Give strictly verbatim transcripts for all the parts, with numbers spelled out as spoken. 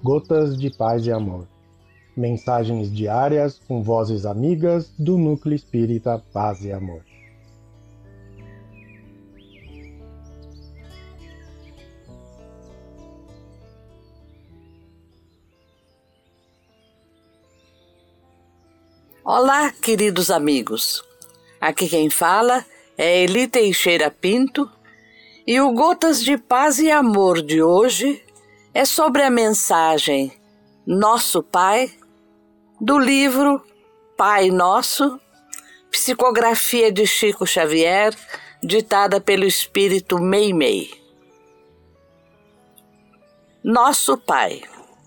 Gotas de Paz e Amor. Mensagens diárias com vozes amigas do Núcleo Espírita Paz e Amor. Olá, queridos amigos. Aqui quem fala é Eli Teixeira Pinto e o Gotas de Paz e Amor de hoje é sobre a mensagem Nosso Pai, do livro Pai Nosso, psicografia de Chico Xavier, ditada pelo espírito Meimei. Nosso Pai.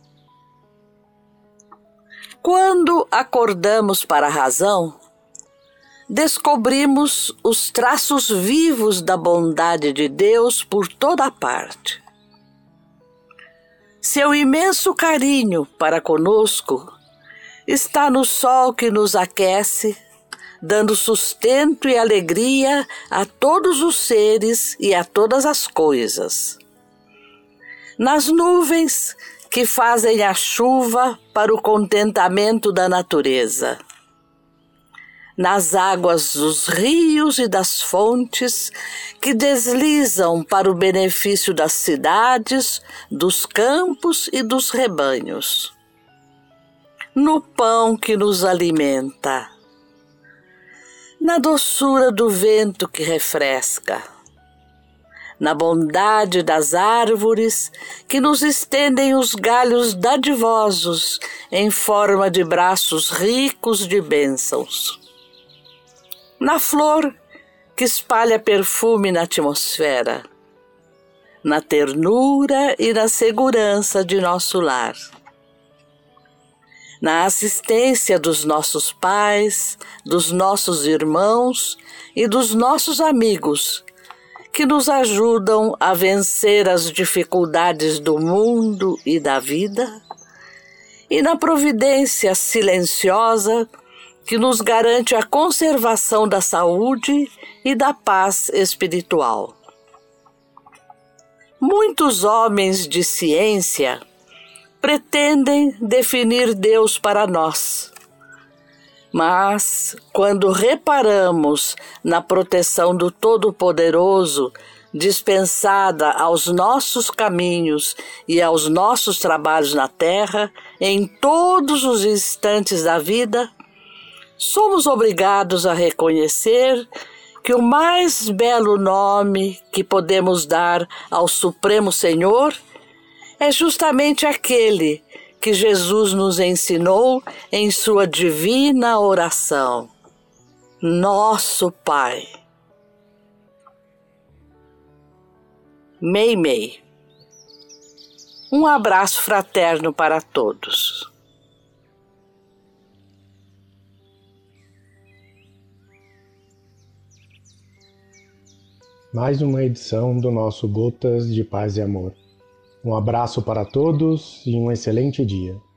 Quando acordamos para a razão, descobrimos os traços vivos da bondade de Deus por toda parte. Seu imenso carinho para conosco está no sol que nos aquece, dando sustento e alegria a todos os seres e a todas as coisas. Nas nuvens que fazem a chuva para o contentamento da natureza. Nas águas dos rios e das fontes que deslizam para o benefício das cidades, dos campos e dos rebanhos. No pão que nos alimenta. Na doçura do vento que refresca. Na bondade das árvores que nos estendem os galhos dadivosos em forma de braços ricos de bênçãos. Na flor que espalha perfume na atmosfera. Na ternura e na segurança de nosso lar. Na assistência dos nossos pais, dos nossos irmãos e dos nossos amigos, que nos ajudam a vencer as dificuldades do mundo e da vida, e na providência silenciosa que nos garante a conservação da saúde e da paz espiritual. Muitos homens de ciência pretendem definir Deus para nós, mas, quando reparamos na proteção do Todo-Poderoso dispensada aos nossos caminhos e aos nossos trabalhos na terra, em todos os instantes da vida, somos obrigados a reconhecer que o mais belo nome que podemos dar ao Supremo Senhor é justamente aquele que Jesus nos ensinou em sua divina oração. Nosso Pai. Meimei. Um abraço fraterno para todos. Mais uma edição do nosso Gotas de Paz e Amor. Um abraço para todos e um excelente dia.